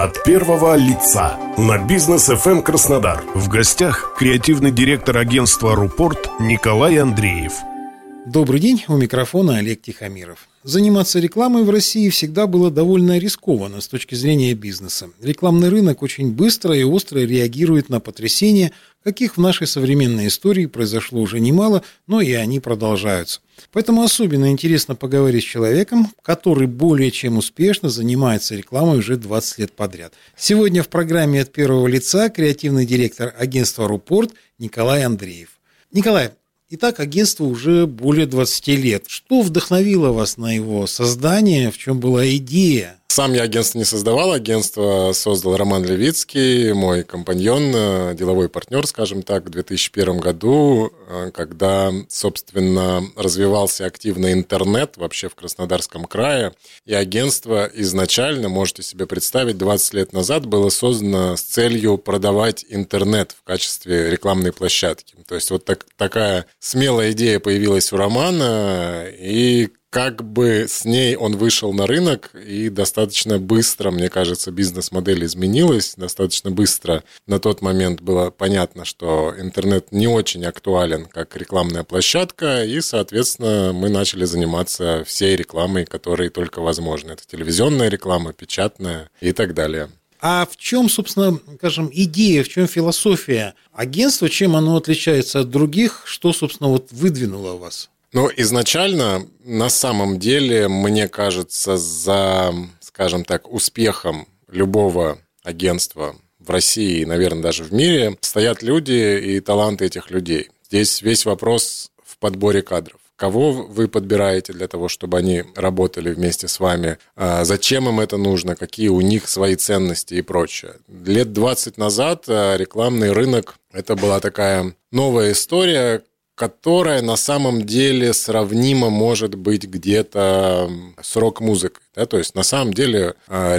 От первого лица на Бизнес ФМ Краснодар. В гостях креативный директор агентства «Рупорт» Николай Андреев. Добрый день, у микрофона Олег Тихомиров. Заниматься рекламой в России всегда было довольно рискованно с точки зрения бизнеса. Рекламный рынок очень быстро и остро реагирует на потрясения, каких в нашей современной истории произошло уже немало, но и они продолжаются. Поэтому особенно интересно поговорить с человеком, который более чем успешно занимается рекламой уже 20 лет подряд. Сегодня в программе «От первого лица» креативный директор агентства «Рупорт» Николай Андреев. Николай, итак, агентству уже более 20 лет. Что вдохновило вас на его создание? В чем была идея? Сам я агентство не создавал, агентство создал Роман Левицкий, мой компаньон, деловой партнер, скажем так, в 2001 году, когда, собственно, развивался активно интернет вообще в Краснодарском крае, и агентство изначально, можете себе представить, 20 лет назад было создано с целью продавать интернет в качестве рекламной площадки. То есть вот такая смелая идея появилась у Романа, и как бы с ней он вышел на рынок, и достаточно быстро, мне кажется, бизнес-модель изменилась. Достаточно быстро на тот момент было понятно, что интернет не очень актуален как рекламная площадка, и, соответственно, мы начали заниматься всей рекламой, которой только возможно. Это телевизионная реклама, печатная и так далее. А в чем, собственно, скажем, идея, в чем философия агентства, чем оно отличается от других, что, собственно, вот выдвинуло вас? Ну, изначально, на самом деле, мне кажется, за, скажем так, успехом любого агентства в России и, наверное, даже в мире стоят люди и таланты этих людей. Здесь весь вопрос в подборе кадров. Кого вы подбираете для того, чтобы они работали вместе с вами, зачем им это нужно, какие у них свои ценности и прочее. Лет 20 назад рекламный рынок – это была такая новая история, которая на самом деле сравнима, может быть, где-то с рок-музыкой. Да? То есть, на самом деле,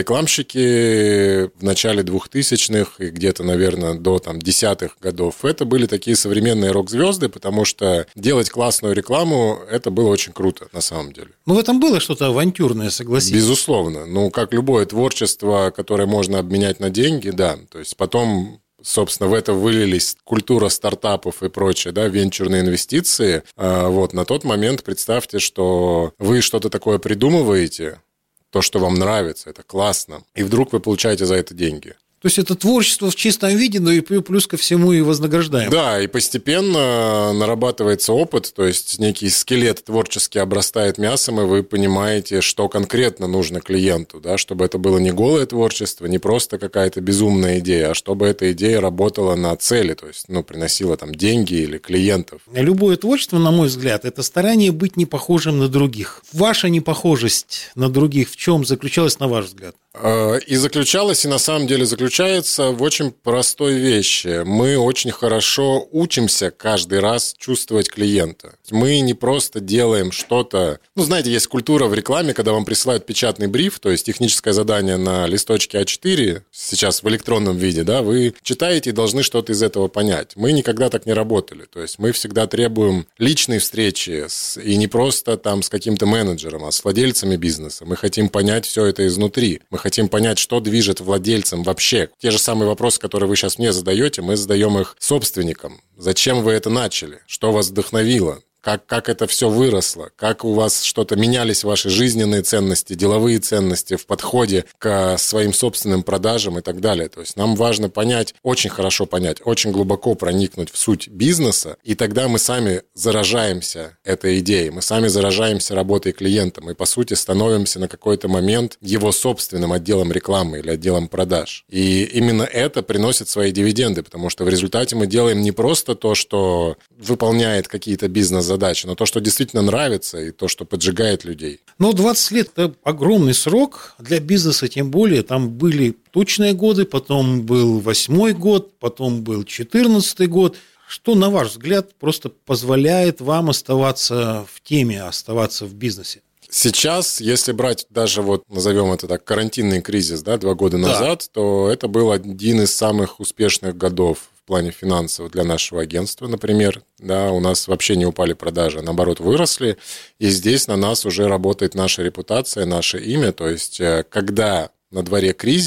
рекламщики в начале 2000-х и где-то, наверное, до десятых годов, это были такие современные рок-звезды, потому что делать классную рекламу, это было очень круто, на самом деле. Ну, в этом было что-то авантюрное, согласитесь? Безусловно. Ну, как любое творчество, которое можно обменять на деньги, да. То есть, потом... Собственно, в это вылились культура стартапов и прочее, да, венчурные инвестиции. Вот, на тот момент представьте, что вы что-то такое придумываете, то, что вам нравится, это классно, и вдруг вы получаете за это деньги. То есть это творчество в чистом виде, но и плюс ко всему и вознаграждаем. Да, и постепенно нарабатывается опыт, то есть некий скелет творчески обрастает мясом, и вы понимаете, что конкретно нужно клиенту, да, чтобы это было не голое творчество, не просто какая-то безумная идея, а чтобы эта идея работала на цели, то есть, приносила деньги или клиентов. Любое творчество, на мой взгляд, это старание быть не похожим на других. Ваша непохожесть на других в чем заключалась, на ваш взгляд? И заключалась, и на самом деле заключается в очень простой вещи. Мы очень хорошо учимся каждый раз чувствовать клиента. Мы не просто делаем что-то... знаете, есть культура в рекламе, когда вам присылают печатный бриф, то есть техническое задание на листочке А4, сейчас в электронном виде, да, вы читаете и должны что-то из этого понять. Мы никогда так не работали. То есть мы всегда требуем личной встречи, и не просто с каким-то менеджером, а с владельцами бизнеса. Мы хотим понять все это изнутри. Мы хотим понять, что движет владельцем вообще. Те же самые вопросы, которые вы сейчас мне задаете, мы задаем их собственникам. Зачем вы это начали? Что вас вдохновило? Как это все выросло, как у вас что-то менялись ваши жизненные ценности, деловые ценности в подходе к своим собственным продажам и так далее. То есть нам важно понять, очень хорошо понять, очень глубоко проникнуть в суть бизнеса, и тогда мы сами заражаемся этой идеей, мы сами заражаемся работой клиентом и, по сути, становимся на какой-то момент его собственным отделом рекламы или отделом продаж. И именно это приносит свои дивиденды, потому что в результате мы делаем не просто то, что выполняет какие-то бизнес-задачи, но то, что действительно нравится, и то, что поджигает людей. Но 20 лет – это огромный срок для бизнеса, тем более. Там были тучные годы, потом был 8-й год, потом был 14-й год. Что, на ваш взгляд, просто позволяет вам оставаться в теме, оставаться в бизнесе? Сейчас, если брать даже, назовем это так, карантинный кризис, 2 года назад, то это был один из самых успешных годов в плане финансов для нашего агентства, например. Да, у нас вообще не упали продажи, а наоборот выросли. И здесь на нас уже работает наша репутация, наше имя. То есть, когда на дворе кризис,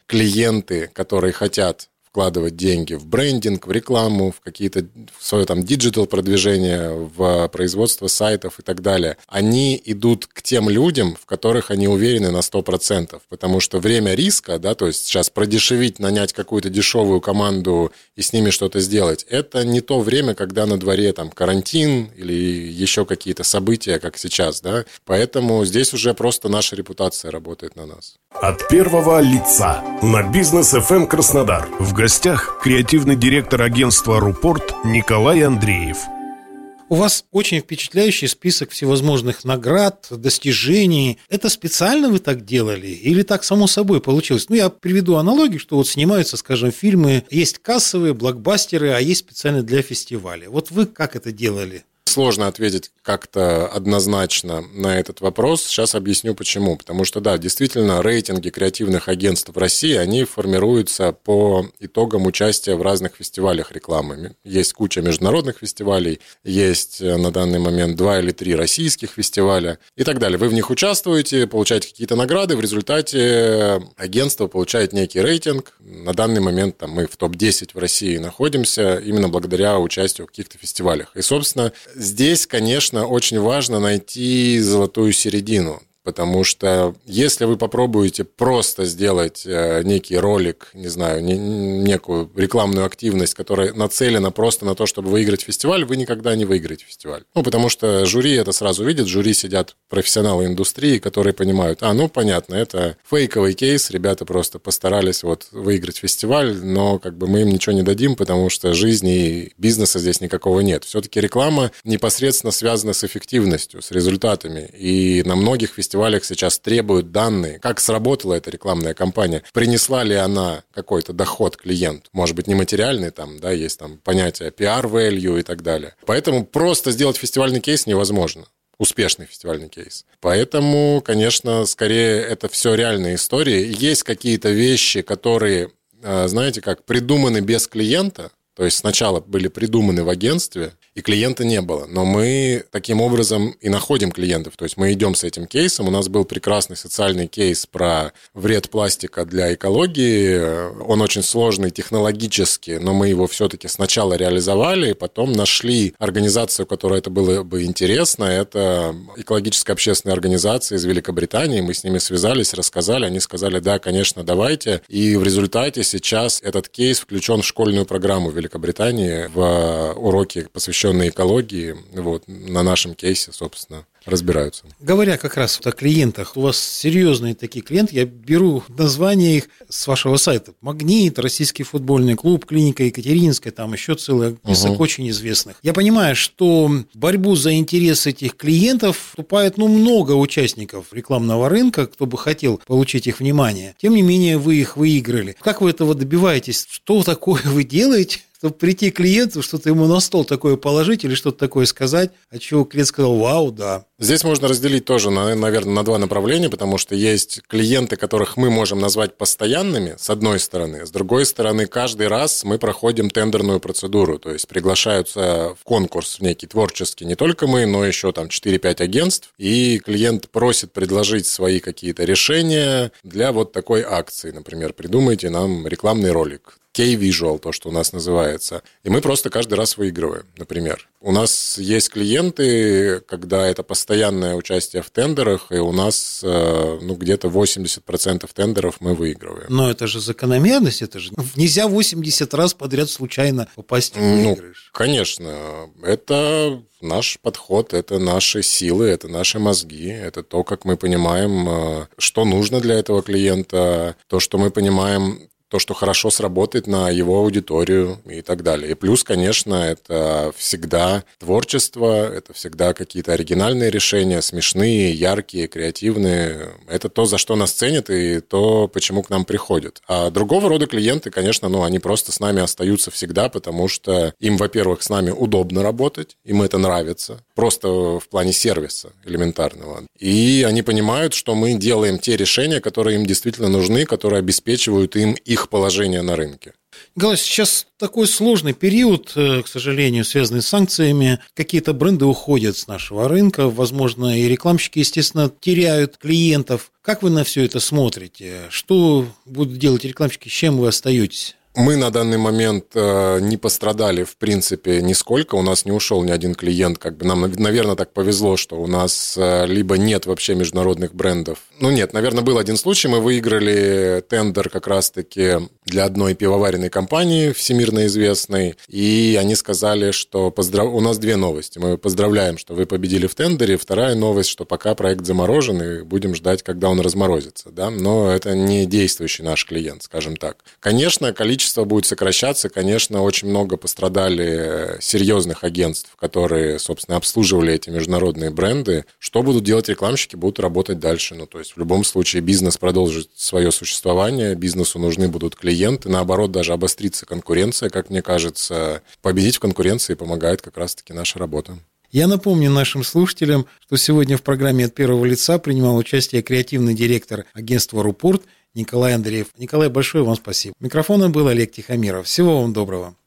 клиенты, которые хотят вкладывать деньги в брендинг, в рекламу, в какие-то в свое там диджитал-продвижение, в производство сайтов и так далее, они идут к тем людям, в которых они уверены на 100%. Потому что время риска, да, то есть сейчас продешевить, нанять какую-то дешевую команду и с ними что-то сделать, это не то время, когда на дворе там карантин или еще какие-то события, как сейчас, да. Поэтому здесь уже просто наша репутация работает на нас. От первого лица на Бизнес FM Краснодар. В гостях креативный директор агентства «Рупорт» Николай Андреев. У вас очень впечатляющий список всевозможных наград, достижений. Это специально вы так делали или так само собой получилось? Я приведу аналогию, что вот снимаются, скажем, фильмы, есть кассовые, блокбастеры, а есть специально для фестиваля. Вот вы как это делали? Сложно ответить как-то однозначно на этот вопрос. Сейчас объясню почему. Потому что, да, действительно, рейтинги креативных агентств в России, они формируются по итогам участия в разных фестивалях рекламы. Есть куча международных фестивалей, есть на данный момент 2 или 3 российских фестиваля и так далее. Вы в них участвуете, получаете какие-то награды, в результате агентство получает некий рейтинг. На данный момент мы в топ-10 в России находимся именно благодаря участию в каких-то фестивалях. И, собственно, здесь, конечно, очень важно найти золотую середину. Потому что если вы попробуете просто сделать некий ролик, не знаю, некую рекламную активность, которая нацелена просто на то, чтобы выиграть фестиваль, вы никогда не выиграете фестиваль. Потому что жюри это сразу видит, в жюри сидят профессионалы индустрии, которые понимают, понятно, это фейковый кейс, ребята просто постарались выиграть фестиваль, но мы им ничего не дадим, потому что жизни и бизнеса здесь никакого нет. Все-таки реклама непосредственно связана с эффективностью, с результатами, и на многих фестивалях сейчас требуют данные, как сработала эта рекламная кампания, принесла ли она какой-то доход клиенту, может быть, нематериальный, есть понятие PR value и так далее. Поэтому просто сделать фестивальный кейс невозможно. Успешный фестивальный кейс. Поэтому, конечно, скорее это все реальные истории. Есть какие-то вещи, которые, придуманы без клиента, то есть сначала были придуманы в агентстве, и клиента не было. Но мы таким образом и находим клиентов. То есть мы идем с этим кейсом. У нас был прекрасный социальный кейс про вред пластика для экологии. Он очень сложный технологически, но мы его все-таки сначала реализовали, потом нашли организацию, которой это было бы интересно. Это экологическая общественная организация из Великобритании. Мы с ними связались, рассказали. Они сказали, да, конечно, давайте. И в результате сейчас этот кейс включен в школьную программу в Великобритании в уроки, посвященные экологии, на нашем кейсе, собственно, разбираются. Говоря как раз о клиентах, у вас серьезные такие клиенты, я беру название их с вашего сайта. «Магнит», «Российский футбольный клуб», «Клиника Екатерининская», там еще целый список очень известных. Я понимаю, что в борьбу за интерес этих клиентов вступает много участников рекламного рынка, кто бы хотел получить их внимание. Тем не менее, вы их выиграли. Как вы этого добиваетесь? Что такое вы делаете, чтобы прийти к клиенту, что-то ему на стол такое положить или что-то такое сказать, от чего клиент сказал «Вау, да». Здесь можно разделить тоже, наверное, на 2 направления, потому что есть клиенты, которых мы можем назвать постоянными, с одной стороны. С другой стороны, каждый раз мы проходим тендерную процедуру, то есть приглашаются в конкурс некий творческий не только мы, но еще 4-5 агентств, и клиент просит предложить свои какие-то решения для такой акции. Например, придумайте нам рекламный ролик. K-Visual, то, что у нас называется. И мы просто каждый раз выигрываем, например. У нас есть клиенты, когда это постоянное участие в тендерах, и у нас где-то 80% тендеров мы выигрываем. Но это же закономерность, это же нельзя 80 раз подряд случайно попасть в выигрыш. Конечно, это наш подход, это наши силы, это наши мозги, это то, как мы понимаем, что нужно для этого клиента, то, что мы понимаем, то, что хорошо сработает на его аудиторию и так далее. И плюс, конечно, это всегда творчество, это всегда какие-то оригинальные решения, смешные, яркие, креативные. Это то, за что нас ценят и то, почему к нам приходят. А другого рода клиенты, конечно, они просто с нами остаются всегда, потому что им, во-первых, с нами удобно работать, им это нравится, просто в плане сервиса элементарного. И они понимают, что мы делаем те решения, которые им действительно нужны, которые обеспечивают им их положение на рынке. Николай, сейчас такой сложный период, к сожалению, связанный с санкциями. Какие-то бренды уходят с нашего рынка, возможно, и рекламщики, естественно, теряют клиентов. Как вы на все это смотрите? Что будут делать рекламщики, с чем вы остаетесь? Мы на данный момент не пострадали, в принципе, нисколько. У нас не ушел ни один клиент. Нам, наверное, так повезло, что у нас либо нет вообще международных брендов. Нет, наверное, был один случай. Мы выиграли тендер как раз-таки для одной пивоваренной компании, всемирно известной. И они сказали, что у нас две новости. Мы поздравляем, что вы победили в тендере. Вторая новость, что пока проект заморожен, и будем ждать, когда он разморозится. Да? Но это не действующий наш клиент, скажем так. Конечно, количество будет сокращаться. Конечно, очень много пострадали серьезных агентств, которые, собственно, обслуживали эти международные бренды. Что будут делать рекламщики? Будут работать дальше. То есть в любом случае бизнес продолжит свое существование, бизнесу нужны будут клиенты. Наоборот, даже обострится конкуренция, как мне кажется. Победить в конкуренции помогает как раз-таки наша работа. Я напомню нашим слушателям, что сегодня в программе «От первого лица» принимал участие креативный директор агентства «Рупорт» Николай Андреев. Николай, большое вам спасибо. Микрофоном был Олег Тихомиров. Всего вам доброго.